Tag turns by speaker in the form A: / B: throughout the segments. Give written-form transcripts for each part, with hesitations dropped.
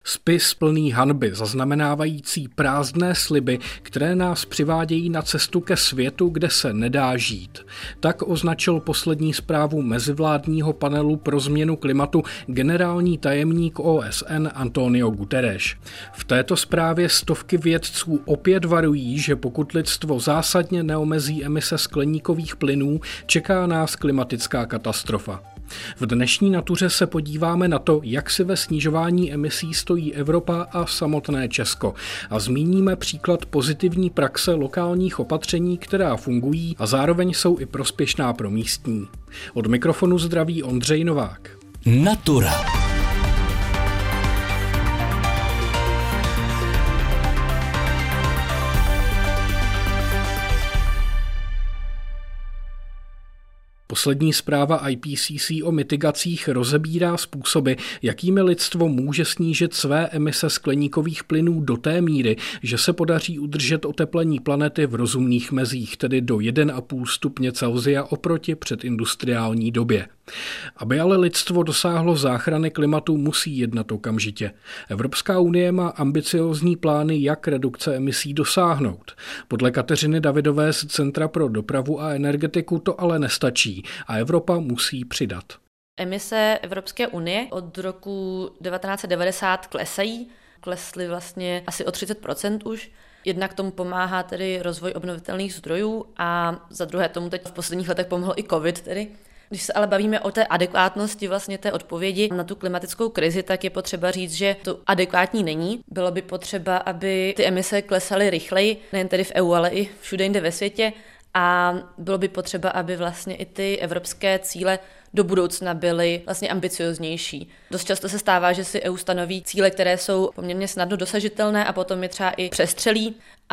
A: Spis plný hanby, zaznamenávající prázdné sliby, které nás přivádějí na cestu ke světu, kde se nedá žít. Tak označil poslední zprávu mezivládního panelu pro změnu klimatu generální tajemník OSN Antonio Guterres. V této zprávě stovky vědců opět varují, že pokud lidstvo zásadně neomezí emise skleníkových plynů, čeká nás klimatická katastrofa. V dnešní Natuře se podíváme na to, jak si ve snižování emisí stojí Evropa a samotné Česko. A zmíníme příklad pozitivní praxe lokálních opatření, která fungují a zároveň jsou i prospěšná pro místní. Od mikrofonu zdraví Ondřej Novák.
B: Natura.
A: Poslední zpráva IPCC o mitigacích rozebírá způsoby, jakými lidstvo může snížit své emise skleníkových plynů do té míry, že se podaří udržet oteplení planety v rozumných mezích, tedy do 1,5 stupně Celsia oproti předindustriální době. Aby ale lidstvo dosáhlo záchrany klimatu, musí jednat okamžitě. Evropská unie má ambiciózní plány, jak redukce emisí dosáhnout. Podle Kateřiny Davidové z Centra pro dopravu a energetiku to ale nestačí a Evropa musí přidat.
C: Emise Evropské unie od roku 1990 klesají. Klesly vlastně asi o 30% už. Jednak tomu pomáhá tedy rozvoj obnovitelných zdrojů a za druhé tomu teď v posledních letech pomohl i covid tedy. Když se ale bavíme o té adekvátnosti vlastně té odpovědi na tu klimatickou krizi, tak je potřeba říct, že to adekvátní není. Bylo by potřeba, aby ty emise klesaly rychleji, nejen tedy v EU, ale i všude jinde ve světě. A bylo by potřeba, aby vlastně i ty evropské cíle do budoucna byly vlastně ambicioznější. Dost často se stává, že si EU stanoví cíle, které jsou poměrně snadno dosažitelné a potom je třeba i přestřelí.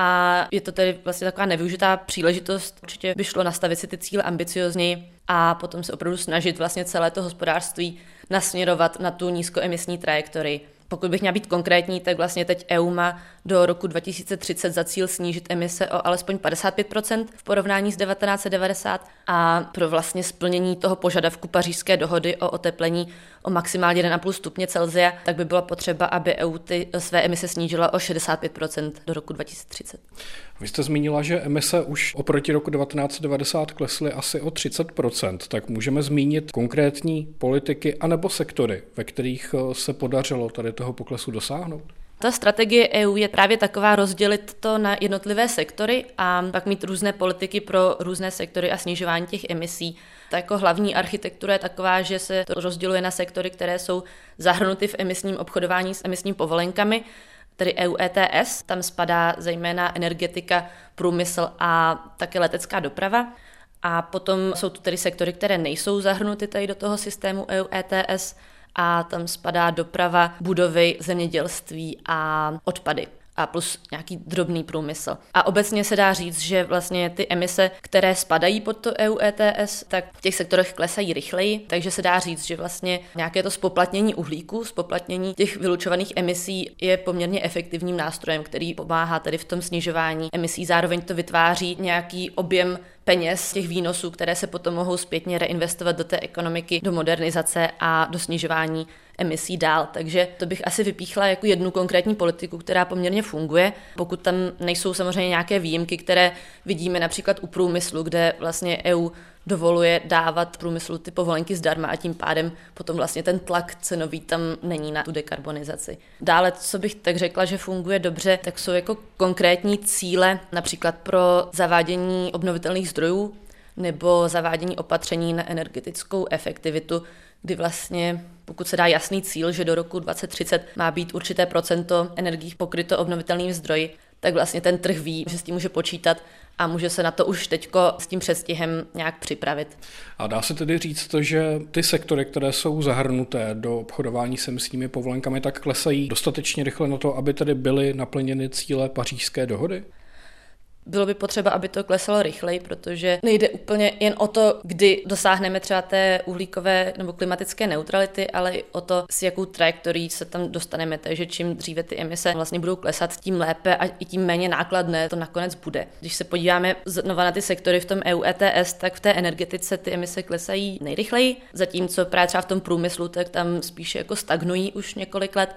C: A je to tedy vlastně taková nevyužitá příležitost. Určitě by šlo nastavit si ty cíle ambiciozněji a potom se opravdu snažit vlastně celé to hospodářství nasměrovat na tu nízkoemisní trajektorii. Pokud bych měla být konkrétní, tak vlastně teď EU má do roku 2030 za cíl snížit emise o alespoň 55% v porovnání s 1990 a pro vlastně splnění toho požadavku Pařížské dohody o oteplení o maximálně 1,5 stupně Celsia, tak by bylo potřeba, aby EU ty své emise snížila o 65% do roku 2030.
A: Vy jste zmínila, že emise už oproti roku 1990 klesly asi o 30%, tak můžeme zmínit konkrétní politiky anebo sektory, ve kterých se podařilo tady toho poklesu dosáhnout?
C: Ta strategie EU je právě taková rozdělit to na jednotlivé sektory a pak mít různé politiky pro různé sektory a snižování těch emisí. Ta jako hlavní architektura je taková, že se to rozděluje na sektory, které jsou zahrnuty v emisním obchodování s emisními povolenkami, tedy EU ETS, tam spadá zejména energetika, průmysl a také letecká doprava. A potom jsou tu tedy sektory, které nejsou zahrnuty tady do toho systému EU ETS a tam spadá doprava, budovy, zemědělství a odpady. A plus nějaký drobný průmysl. A obecně se dá říct, že vlastně ty emise, které spadají pod to EU ETS, tak v těch sektorech klesají rychleji, takže se dá říct, že vlastně nějaké to zpoplatnění uhlíku, zpoplatnění těch vylučovaných emisí je poměrně efektivním nástrojem, který pomáhá tedy v tom snižování emisí. Zároveň to vytváří nějaký objem peněz, těch výnosů, které se potom mohou zpětně reinvestovat do té ekonomiky, do modernizace a do snižování emisí dál. Takže to bych asi vypíchla jako jednu konkrétní politiku, která poměrně funguje. Pokud tam nejsou samozřejmě nějaké výjimky, které vidíme například u průmyslu, kde vlastně EU dovoluje dávat průmyslu ty povolenky zdarma a tím pádem potom vlastně ten tlak cenový tam není na tu dekarbonizaci. Dále, co bych tak řekla, že funguje dobře, tak jsou jako konkrétní cíle, například pro zavádění obnovitelných zdrojů nebo zavádění opatření na energetickou efektivitu, kdy vlastně, pokud se dá jasný cíl, že do roku 2030 má být určité procento energií pokryto obnovitelnými zdroji, tak vlastně ten trh ví, že s tím může počítat a může se na to už teďko s tím předstihem nějak připravit.
A: A dá se tedy říct, že ty sektory, které jsou zahrnuté do obchodování s emisními povolenkami, tak klesají dostatečně rychle na to, aby tedy byly naplněny cíle Pařížské dohody?
C: Bylo by potřeba, aby to klesalo rychleji, protože nejde úplně jen o to, kdy dosáhneme třeba té uhlíkové nebo klimatické neutrality, ale i o to, s jakou trajektorií se tam dostaneme. Takže čím dříve ty emise vlastně budou klesat, tím lépe a i tím méně nákladné to nakonec bude. Když se podíváme znova na ty sektory v tom EU ETS, tak v té energetice ty emise klesají nejrychleji, zatímco právě třeba v tom průmyslu, tak tam spíše jako stagnují už několik let.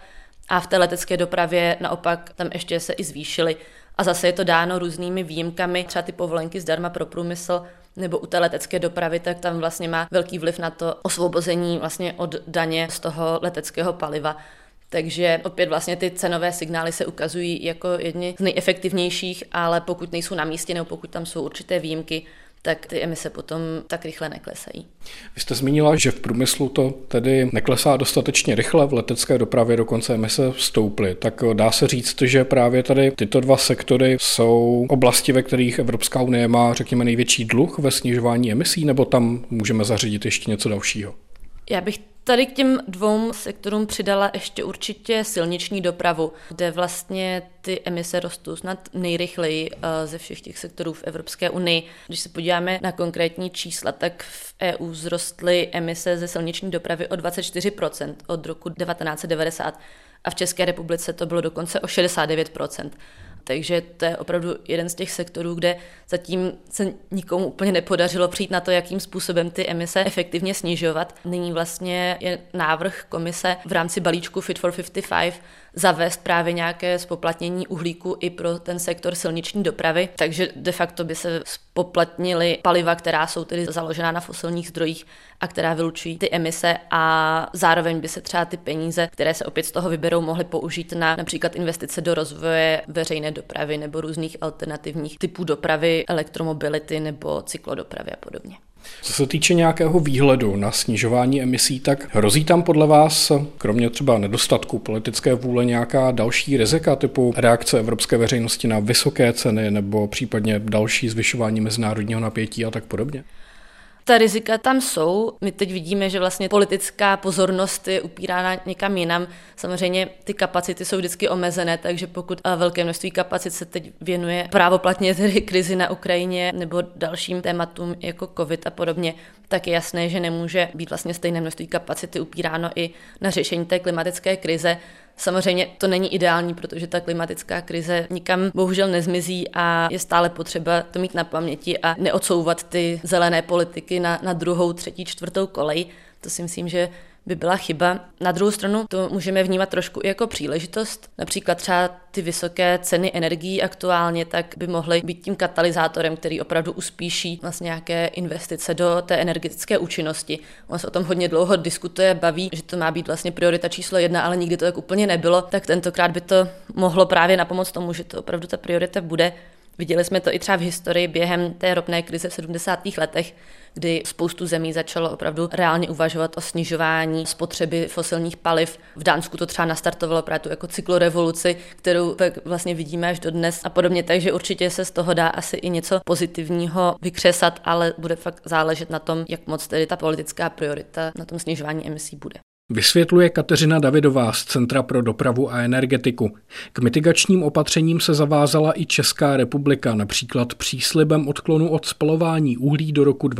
C: a v té letecké dopravě naopak tam ještě se i zvýšily. A zase je to dáno různými výjimkami, třeba ty povolenky zdarma pro průmysl, nebo u té letecké dopravy, tak tam vlastně má velký vliv na to osvobození vlastně od daně z toho leteckého paliva. Takže opět vlastně ty cenové signály se ukazují jako jedni z nejefektivnějších, ale pokud nejsou na místě nebo pokud tam jsou určité výjimky, tak ty emise potom tak rychle neklesají.
A: Vy jste zmínila, že v průmyslu to tedy neklesá dostatečně rychle, v letecké dopravě dokonce emise stouply. Tak dá se říct, že právě tady tyto dva sektory jsou oblasti, ve kterých Evropská unie má, řekněme, největší dluh ve snižování emisí, nebo tam můžeme zařadit ještě něco dalšího?
C: Já bych tady k těm dvou sektorům přidala ještě určitě silniční dopravu, kde vlastně ty emise rostou snad nejrychleji ze všech těch sektorů v Evropské unii. Když se podíváme na konkrétní čísla, tak v EU vzrostly emise ze silniční dopravy o 24% od roku 1990 a v České republice to bylo dokonce o 69%. Takže to je opravdu jeden z těch sektorů, kde zatím se nikomu úplně nepodařilo přijít na to, jakým způsobem ty emise efektivně snižovat. Nyní vlastně je návrh komise v rámci balíčku Fit for 55 zavést právě nějaké spoplatnění uhlíku i pro ten sektor silniční dopravy, takže de facto by se spoplatnily paliva, která jsou tedy založená na fosilních zdrojích a která vylučují ty emise a zároveň by se třeba ty peníze, které se opět z toho vyberou, mohly použít na například investice do rozvoje veřejné dopravy nebo různých alternativních typů dopravy, elektromobility nebo cyklodopravy a podobně.
A: Co se týče nějakého výhledu na snižování emisí, tak hrozí tam podle vás, kromě třeba nedostatku politické vůle, nějaká další rizika typu reakce evropské veřejnosti na vysoké ceny nebo případně další zvyšování mezinárodního napětí a tak podobně?
C: Ta rizika tam jsou. My teď vidíme, že vlastně politická pozornost je upírána někam jinam. Samozřejmě ty kapacity jsou vždycky omezené, takže pokud velké množství kapacit se teď věnuje právoplatně tedy krizi na Ukrajině nebo dalším tématům jako covid a podobně, tak je jasné, že nemůže být vlastně stejné množství kapacity upíráno i na řešení té klimatické krize. Samozřejmě to není ideální, protože ta klimatická krize nikam bohužel nezmizí a je stále potřeba to mít na paměti a neodsouvat ty zelené politiky na druhou, třetí, čtvrtou kolej. To si myslím, že by byla chyba. Na druhou stranu to můžeme vnímat trošku i jako příležitost. Například třeba ty vysoké ceny energií aktuálně tak by mohly být tím katalyzátorem, který opravdu uspíší vlastně nějaké investice do té energetické účinnosti. On se o tom hodně dlouho diskutuje, baví, že to má být vlastně priorita číslo 1, ale nikdy to tak úplně nebylo. Tak tentokrát by to mohlo právě napomoct tomu, že to opravdu ta priorita bude. Viděli jsme to i třeba v historii během té ropné krize v 70. letech, kdy spoustu zemí začalo opravdu reálně uvažovat o snižování spotřeby fosilních paliv. V Dánsku to třeba nastartovalo právě tu jako cyklorevoluci, kterou tak vlastně vidíme až dodnes a podobně, takže určitě se z toho dá asi i něco pozitivního vykřesat, ale bude fakt záležet na tom, jak moc tedy ta politická priorita na tom snižování emisí bude.
A: Vysvětluje Kateřina Davidová z Centra pro dopravu a energetiku. K mitigačním opatřením se zavázala i Česká republika, například příslibem odklonu od spalování uhlí do roku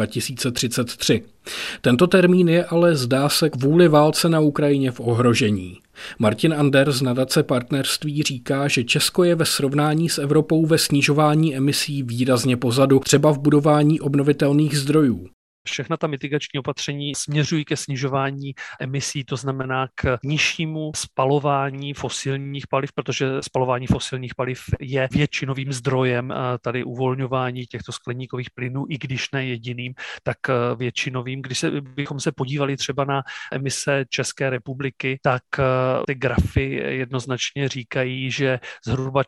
A: 2033. Tento termín je ale, zdá se, kvůli válce na Ukrajině v ohrožení. Martin Anders z nadace Partnerství říká, že Česko je ve srovnání s Evropou ve snižování emisí výrazně pozadu, třeba v budování obnovitelných zdrojů.
B: Všechna ta mitigační opatření směřují ke snižování emisí, to znamená k nižšímu spalování fosilních paliv, protože spalování fosilních paliv je většinovým zdrojem tady uvolňování těchto skleníkových plynů, i když ne jediným, tak většinovým. Bychom se podívali třeba na emise České republiky, tak ty grafy jednoznačně říkají, že zhruba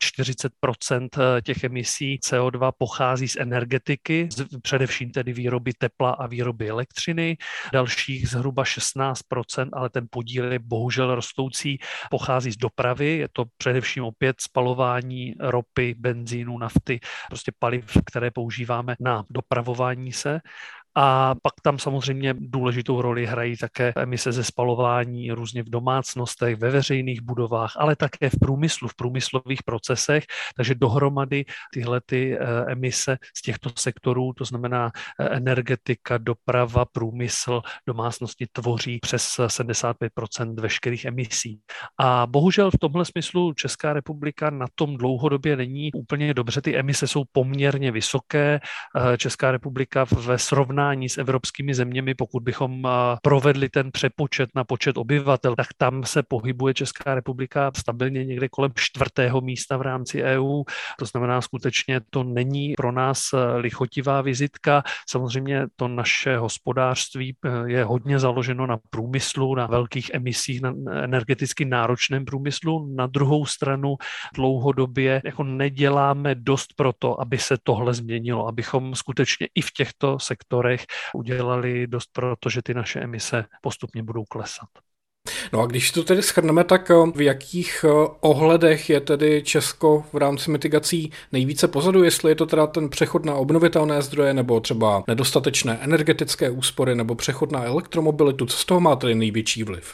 B: 40% těch emisí CO2 pochází z energetiky, především tedy výroby tepla a výroby elektřiny, dalších zhruba 16%, ale ten podíl je bohužel rostoucí, pochází z dopravy, je to především opět spalování ropy, benzínu, nafty, prostě paliv, které používáme na dopravování se. A pak tam samozřejmě důležitou roli hrají také emise ze spalování různě v domácnostech, ve veřejných budovách, ale také v průmyslu, v průmyslových procesech. Takže dohromady tyhle ty emise z těchto sektorů, to znamená energetika, doprava, průmysl, domácnosti tvoří přes 75% veškerých emisí. A bohužel v tomhle smyslu Česká republika na tom dlouhodobě není úplně dobře. Ty emise jsou poměrně vysoké. Česká republika ve srovnání srovnání s evropskými zeměmi, pokud bychom provedli ten přepočet na počet obyvatel, tak tam se pohybuje Česká republika stabilně někde kolem 4. místa v rámci EU. To znamená, skutečně to není pro nás lichotivá vizitka. Samozřejmě to naše hospodářství je hodně založeno na průmyslu, na velkých emisích, na energeticky náročném průmyslu. Na druhou stranu dlouhodobě jako neděláme dost pro to, aby se tohle změnilo, abychom skutečně i v těchto sektorech udělali dost pro to, že ty naše emise postupně budou klesat.
A: No a když to tedy shrneme, tak v jakých ohledech je tedy Česko v rámci mitigací nejvíce pozadu, jestli je to teda ten přechod na obnovitelné zdroje, nebo třeba nedostatečné energetické úspory, nebo přechod na elektromobilitu, co z toho má tedy největší vliv?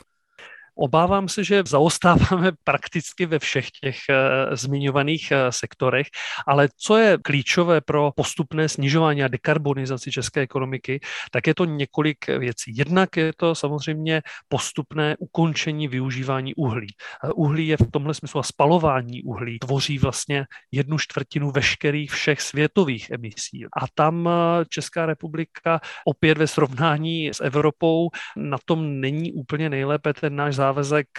B: Obávám se, že zaostáváme prakticky ve všech těch zmiňovaných sektorech, ale co je klíčové pro postupné snižování a dekarbonizaci české ekonomiky, tak je to několik věcí. Jednak je to samozřejmě postupné ukončení využívání uhlí. Uhlí je v tomhle smyslu a spalování uhlí tvoří vlastně 1/4 veškerých všech světových emisí. A tam Česká republika opět ve srovnání s Evropou na tom není úplně nejlépe. Ten náš závazek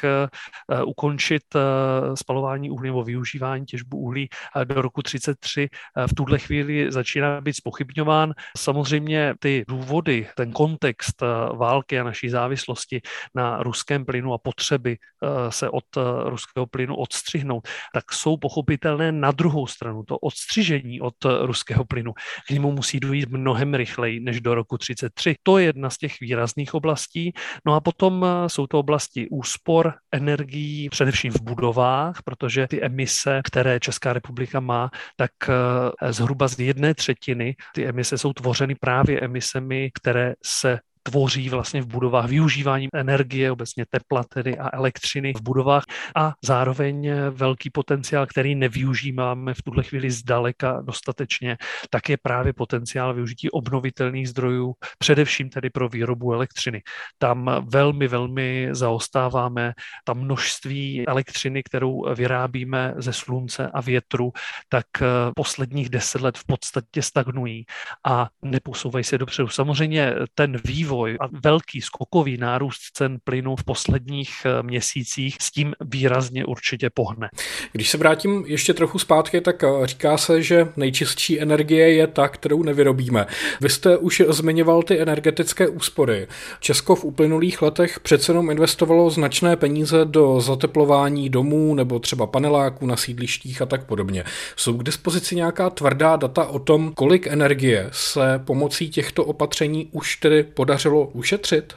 B: ukončit spalování uhlí nebo využívání těžbu uhlí do roku 2033 v tuhle chvíli začíná být zpochybňován. Samozřejmě ty důvody, ten kontext války a naší závislosti na ruském plynu a potřeby se od ruského plynu odstřihnout, tak jsou pochopitelné. Na druhou stranu to odstřižení od ruského plynu, k němu musí dojít mnohem rychleji než do roku 2033. To je jedna z těch výrazných oblastí. No a potom jsou to oblasti úspor energií, především v budovách, protože ty emise, které Česká republika má, tak zhruba z 1/3 ty emise jsou tvořeny právě emisemi, které se tvoří vlastně v budovách využíváním energie, obecně tepla tedy a elektřiny v budovách a zároveň velký potenciál, který nevyužíváme v tuhle chvíli zdaleka dostatečně, tak je právě potenciál využití obnovitelných zdrojů, především tedy pro výrobu elektřiny. Tam velmi, velmi zaostáváme. Ta množství elektřiny, kterou vyrábíme ze slunce a větru, tak posledních 10 let v podstatě stagnují a neposouvají se dopředu. Samozřejmě ten vývoj a velký skokový nárůst cen plynu v posledních měsících s tím výrazně určitě pohne.
A: Když se vrátím ještě trochu zpátky, tak říká se, že nejčistší energie je ta, kterou nevyrobíme. Vy jste už zmiňoval ty energetické úspory. Česko v uplynulých letech přece jenom investovalo značné peníze do zateplování domů nebo třeba paneláků na sídlištích a tak podobně. Jsou k dispozici nějaká tvrdá data o tom, kolik energie se pomocí těchto opatření už tedy podařilo ušetřit?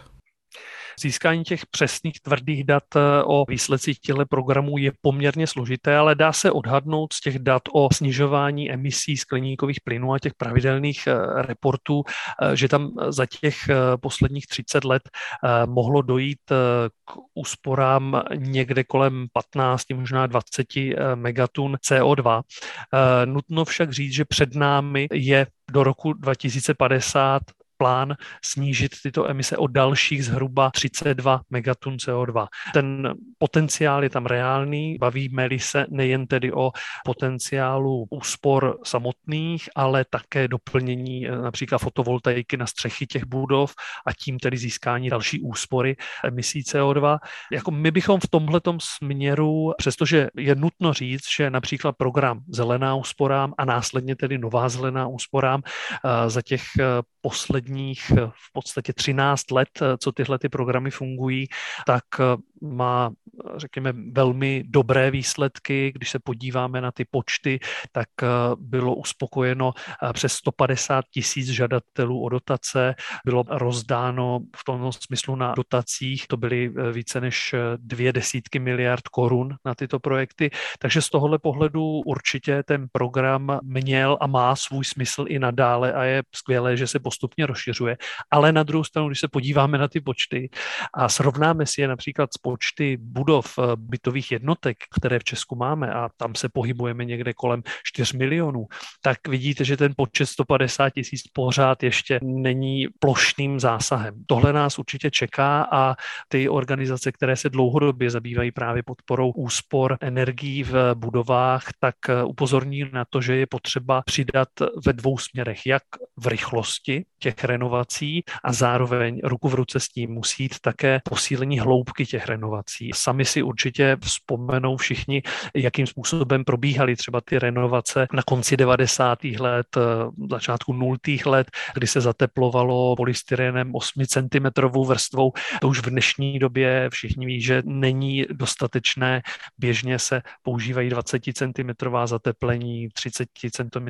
B: Získání těch přesných tvrdých dat o výsledcích těchto programů je poměrně složité, ale dá se odhadnout z těch dat o snižování emisí skleníkových plynů a těch pravidelných reportů, že tam za těch posledních 30 let mohlo dojít k úsporám někde kolem 15, možná 20 megatun CO2. Nutno však říct, že před námi je do roku 2050 plán snížit tyto emise o dalších zhruba 32 megatun CO2. Ten potenciál je tam reálný, bavíme-li se nejen tedy o potenciálu úspor samotných, ale také doplnění například fotovoltaiky na střechy těch budov a tím tedy získání další úspory emisí CO2. Jako my bychom v tomhletom směru, přestože je nutno říct, že například program Zelená úsporám a následně tedy Nová zelená úsporám za těch posledních v podstatě 13 let, co tyhle ty programy fungují, tak má, řekněme, velmi dobré výsledky. Když se podíváme na ty počty, tak bylo uspokojeno přes 150 000 žadatelů o dotace, bylo rozdáno v tom smyslu na dotacích, to byly více než 20 miliard korun na tyto projekty, takže z tohohle pohledu určitě ten program měl a má svůj smysl i nadále a je skvělé, že se postupně rozšiřuje, ale na druhou stranu, když se podíváme na ty počty a srovnáme si je například s počty budov, bytových jednotek, které v Česku máme, a tam se pohybujeme někde kolem 4 milionů, tak vidíte, že ten počet 150 000 pořád ještě není plošným zásahem. Tohle nás určitě čeká a ty organizace, které se dlouhodobě zabývají právě podporou úspor energií v budovách, tak upozorní na to, že je potřeba přidat ve dvou směrech, jak v rychlosti těch renovací a zároveň ruku v ruce s tím musí jít také posílení hloubky těch renovací. Sami si určitě vzpomenou všichni, jakým způsobem probíhaly třeba ty renovace na konci 90. let, začátku 0. let, kdy se zateplovalo polystyrenem 8 cm vrstvou. To už v dnešní době všichni ví, že není dostatečné. Běžně se používají 20 cm zateplení, 30 cm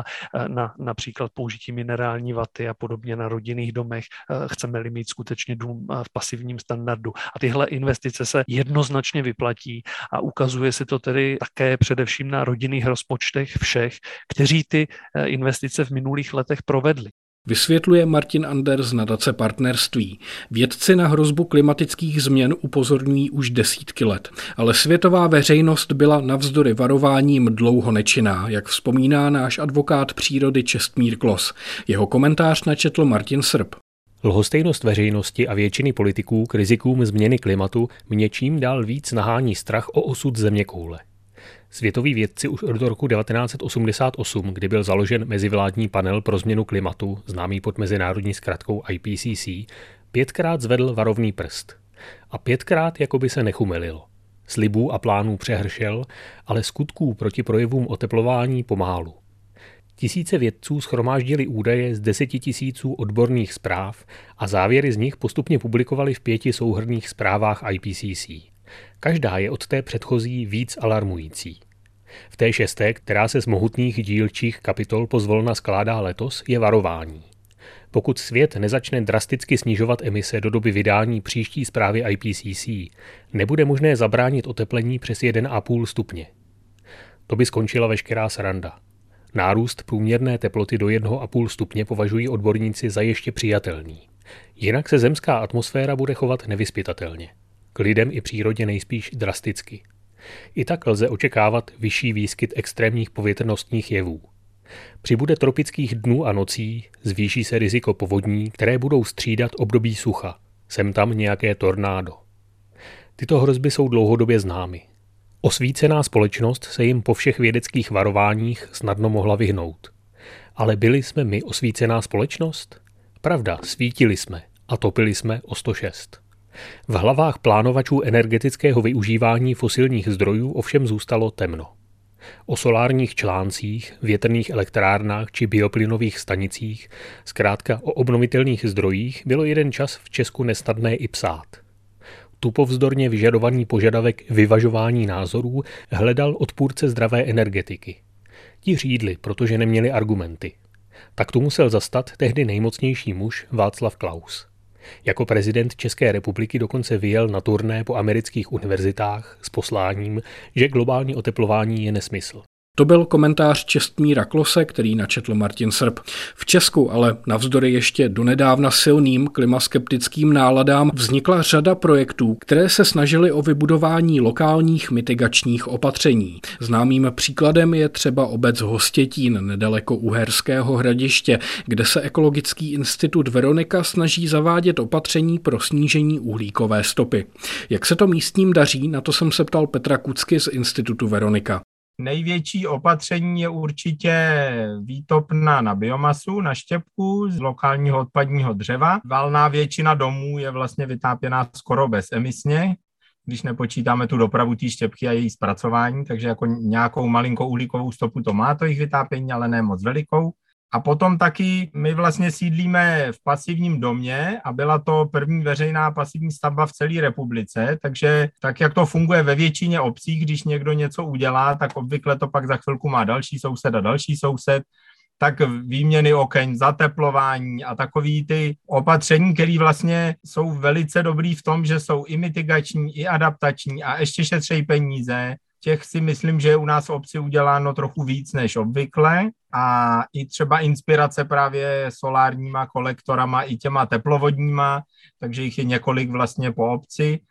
B: na například použití minerální vaty a podobně na rodinných domech. Chceme-li mít skutečně dům v pasivním standardu. A tyhle investice se jednoznačně vyplatí a ukazuje se to tedy také především na rodinných rozpočtech všech, kteří ty investice v minulých letech provedli.
A: Vysvětluje Martin Anders z nadace Partnerství. Vědci na hrozbu klimatických změn upozorňují už desítky let, ale světová veřejnost byla navzdory varováním dlouho nečinná, jak vzpomíná náš advokát přírody Čestmír Klos. Jeho komentář načetl Martin Srb.
D: Lhostejnost veřejnosti a většiny politiků k rizikům změny klimatu mě čím dál víc nahání strach o osud zeměkoule. Světoví vědci už od roku 1988, kdy byl založen mezivládní panel pro změnu klimatu, známý pod mezinárodní zkratkou IPCC, 5krát zvedl varovný prst. A 5krát jakoby se nechumelilo. Slibů a plánů přehršel, ale skutků proti projevům oteplování pomálu. Tisíce vědců shromáždili údaje z 10 000 odborných zpráv a závěry z nich postupně publikovali v 5 souhrnných zprávách IPCC. Každá je od té předchozí víc alarmující. V té 6., která se z mohutných dílčích kapitol pozvolna skládá letos, je varování. Pokud svět nezačne drasticky snižovat emise do doby vydání příští zprávy IPCC, nebude možné zabránit oteplení přes 1,5 stupně. To by skončila veškerá sranda. Nárůst průměrné teploty do 1,5 stupně považují odborníci za ještě přijatelný. Jinak se zemská atmosféra bude chovat nevyzpytatelně. K lidem i přírodě nejspíš drasticky. I tak lze očekávat vyšší výskyt extrémních povětrnostních jevů. Přibude tropických dnů a nocí, zvýší se riziko povodní, které budou střídat období sucha. Sem tam nějaké tornádo. Tyto hrozby jsou dlouhodobě známy. Osvícená společnost se jim po všech vědeckých varováních snadno mohla vyhnout. Ale byli jsme my osvícená společnost? Pravda, svítili jsme a topili jsme o 106. V hlavách plánovačů energetického využívání fosilních zdrojů ovšem zůstalo temno. O solárních článcích, větrných elektrárnách či bioplynových stanicích, zkrátka o obnovitelných zdrojích, bylo jeden čas v Česku nesnadné i psát. Tupovzdorně vyžadovaný požadavek vyvažování názorů hledal odpůrce zdravé energetiky. Ti řídli, protože neměli argumenty. Tak tu musel zastat tehdy nejmocnější muž Václav Klaus. Jako prezident České republiky dokonce vyjel na turné po amerických univerzitách s posláním, že globální oteplování je nesmysl.
A: To byl komentář Čestmíra Klose, který načetl Martin Srb. V Česku ale navzdory ještě donedávna silným klimaskeptickým náladám vznikla řada projektů, které se snažily o vybudování lokálních mitigačních opatření. Známým příkladem je třeba obec Hostětín nedaleko Uherského Hradiště, kde se Ekologický institut Veronika snaží zavádět opatření pro snížení uhlíkové stopy. Jak se to místním daří, na to jsem se ptal Petra Kucky z institutu Veronika.
E: Největší opatření je určitě výtopna na biomasu, na štěpku z lokálního odpadního dřeva. Valná většina domů je vlastně vytápěná skoro bezemisně, když nepočítáme tu dopravu té štěpky a její zpracování, takže jako nějakou malinkou uhlíkovou stopu to má, to jejich vytápění, ale ne moc velikou. A potom taky my vlastně sídlíme v pasivním domě a byla to první veřejná pasivní stavba v celé republice, takže tak, jak to funguje ve většině obcí, když někdo něco udělá, tak obvykle to pak za chvilku má další soused a další soused, tak výměny oken, zateplování a takový ty opatření, které vlastně jsou velice dobrý v tom, že jsou i mitigační, i adaptační a ještě šetřejí peníze. Těch si myslím, že je u nás v obci uděláno trochu víc než obvykle a i třeba inspirace právě solárníma kolektorama i těma teplovodníma, takže jich je několik vlastně po obci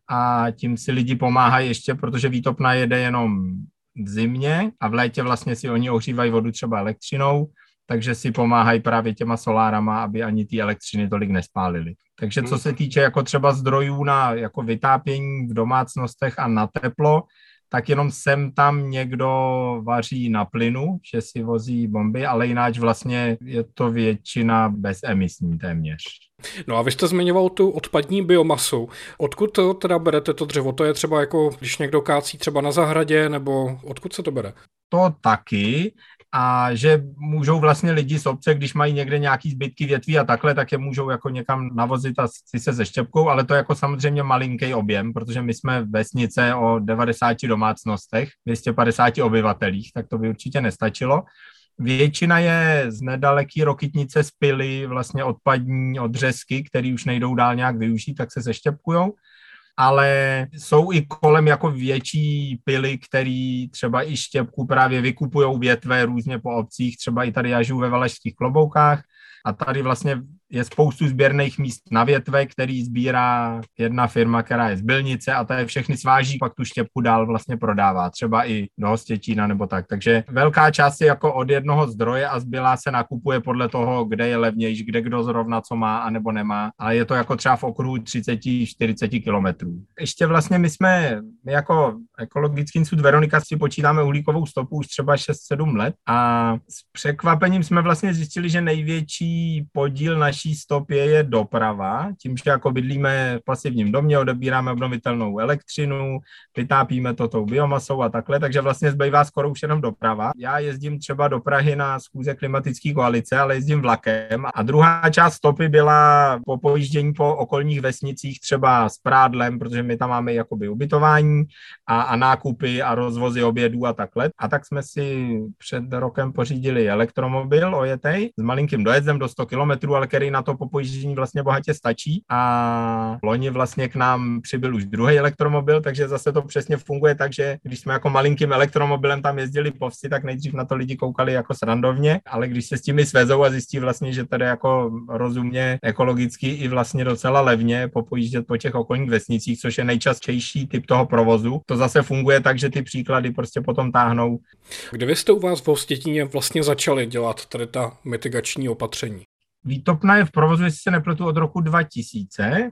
E: a tím si lidi pomáhají ještě, protože výtopna jede jenom v zimě a v létě vlastně si oni ohřívají vodu třeba elektřinou, takže si pomáhají právě těma solárama, aby ani ty elektřiny tolik nespálily. Takže co se týče jako třeba zdrojů na jako vytápění v domácnostech a na teplo, tak jenom sem tam někdo vaří na plynu, že si vozí bomby, ale jinak vlastně je to většina bezemisní téměř.
A: No a vy jste zmiňoval tu odpadní biomasu. Odkud to teda berete to dřevo? To je třeba jako, když někdo kácí třeba na zahradě, nebo odkud se to bere?
E: To taky. A že můžou vlastně lidi z obce, když mají někde nějaký zbytky větví a takhle, tak je můžou jako někam navozit a si se ze štěpkou, ale to je jako samozřejmě malinký objem, protože my jsme vesnice o 90 domácnostech, 250 obyvatelích, tak to by určitě nestačilo. Většina je z nedaleký Rokytnice z Pily, vlastně odpadní odřezky, které už nejdou dál nějak využít, tak se zeštěpkujou. Ale jsou i kolem jako větší pily, který třeba i štěpku právě vykupujou větve různě po obcích, třeba i tady já žiju ve Valašských Kloboukách a tady vlastně je spoustu sběrných míst na větve, který sbírá jedna firma, která je z Bylnice a ta je všechny sváží, pak tu štěpku dál vlastně prodává, třeba i do Hostětína nebo tak. Takže velká část je jako od jednoho zdroje a zbylá se nakupuje podle toho, kde je levnější, kde kdo zrovna co má a nebo nemá. Ale je to jako třeba v okruhu 30-40 kilometrů. Ještě vlastně my jako Ekologický institut Veronika si počítáme uhlíkovou stopu už třeba 6-7 let a s překvapením jsme vlastně zjistili, že největší podíl naší stopě je doprava, tím, že jako bydlíme v pasivním domě, odebíráme obnovitelnou elektřinu, vytápíme to tou biomasou a takhle, takže vlastně zbývá skoro už jenom doprava. Já jezdím třeba do Prahy na schůze klimatické koalice, ale jezdím vlakem a druhá část stopy byla po pojíždění po okolních vesnicích třeba s prádlem, protože my tam máme jakoby ubytování a nákupy a rozvozy obědů a takhle. A tak jsme si před rokem pořídili elektromobil ojetej s malinkým dojezdem do 100 kilometrů, ale který na to po pojíždění vlastně bohatě stačí. A loni vlastně k nám přibyl už druhý elektromobil, takže zase to přesně funguje tak, že když jsme jako malinkým elektromobilem tam jezdili po vsi, tak nejdřív na to lidi koukali jako srandovně, ale když se s tím svezou a zjistí vlastně, že tady jako rozumně, ekologicky i vlastně docela levně popojíždět po těch okolních vesnicích, což je nejčastější typ toho provozu, to zase funguje tak, že ty příklady prostě potom táhnou.
A: Kdy vy jste u vás v Hostětíně vlastně začali dělat tady ta mitigační opatření?
E: Výtopna je v provozu, jestli se nepletu, od roku 2000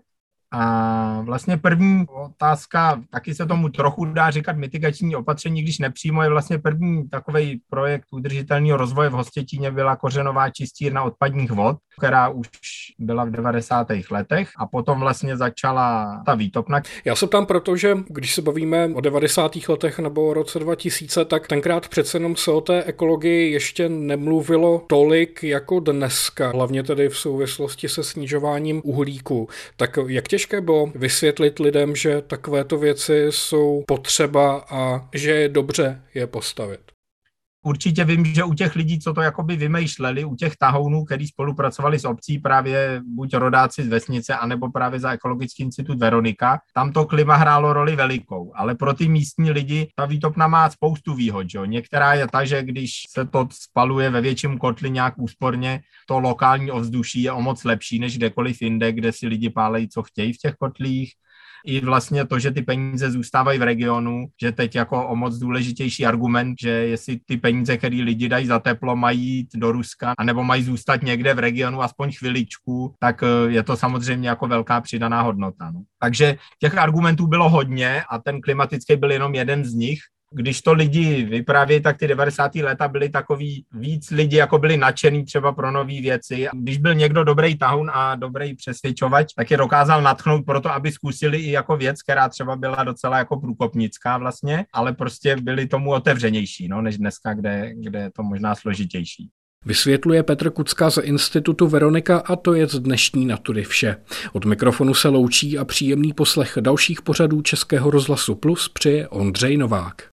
E: a vlastně první otázka, taky se tomu trochu dá říkat mitigační opatření, když nepřímo, je vlastně první takovej projekt udržitelného rozvoje v Hostětíně byla kořenová čistírna odpadních vod, která už byla v 90. letech a potom vlastně začala ta výtopna.
A: Já se ptám, protože když se bavíme o 90. letech nebo o roce 2000, tak tenkrát přece jenom se o té ekologii ještě nemluvilo tolik jako dneska, hlavně tedy v souvislosti se snižováním uhlíku. Tak jak těžké bylo vysvětlit lidem, že takovéto věci jsou potřeba a že je dobře je postavit?
E: Určitě vím, že u těch lidí, co to jakoby vymýšleli, u těch tahounů, kteří spolupracovali s obcí, právě buď rodáci z vesnice, anebo právě za Ekologický institut Veronika, tam to klima hrálo roli velikou, ale pro ty místní lidi ta výtopna má spoustu výhod, že? Některá je ta, že když se to spaluje ve větším kotli nějak úsporně, to lokální ovzduší je o moc lepší než kdekoliv jinde, kde si lidi pálejí, co chtějí v těch kotlích. I vlastně to, že ty peníze zůstávají v regionu, že teď jako o moc důležitější argument, že jestli ty peníze, které lidi dají za teplo, mají jít do Ruska, anebo mají zůstat někde v regionu aspoň chviličku, tak je to samozřejmě jako velká přidaná hodnota. No. Takže těch argumentů bylo hodně a ten klimatický byl jenom jeden z nich. Když to lidi vyprávějí, tak ty 90. léta byly takový, víc lidi jako byli nadšený třeba pro nové věci. Když byl někdo dobrý tahoun a dobrý přesvědčovač, tak je dokázal nadchnout pro to, aby zkusili i jako věc, která třeba byla docela jako průkopnická vlastně, ale prostě byli tomu otevřenější, no, než dneska, kde je to možná složitější.
A: Vysvětluje Petr Kucka z Institutu Veronika a to je z dnešní Natury vše. Od mikrofonu se loučí a příjemný poslech dalších pořadů Českého rozhlasu Plus přeje Ondřej Novák.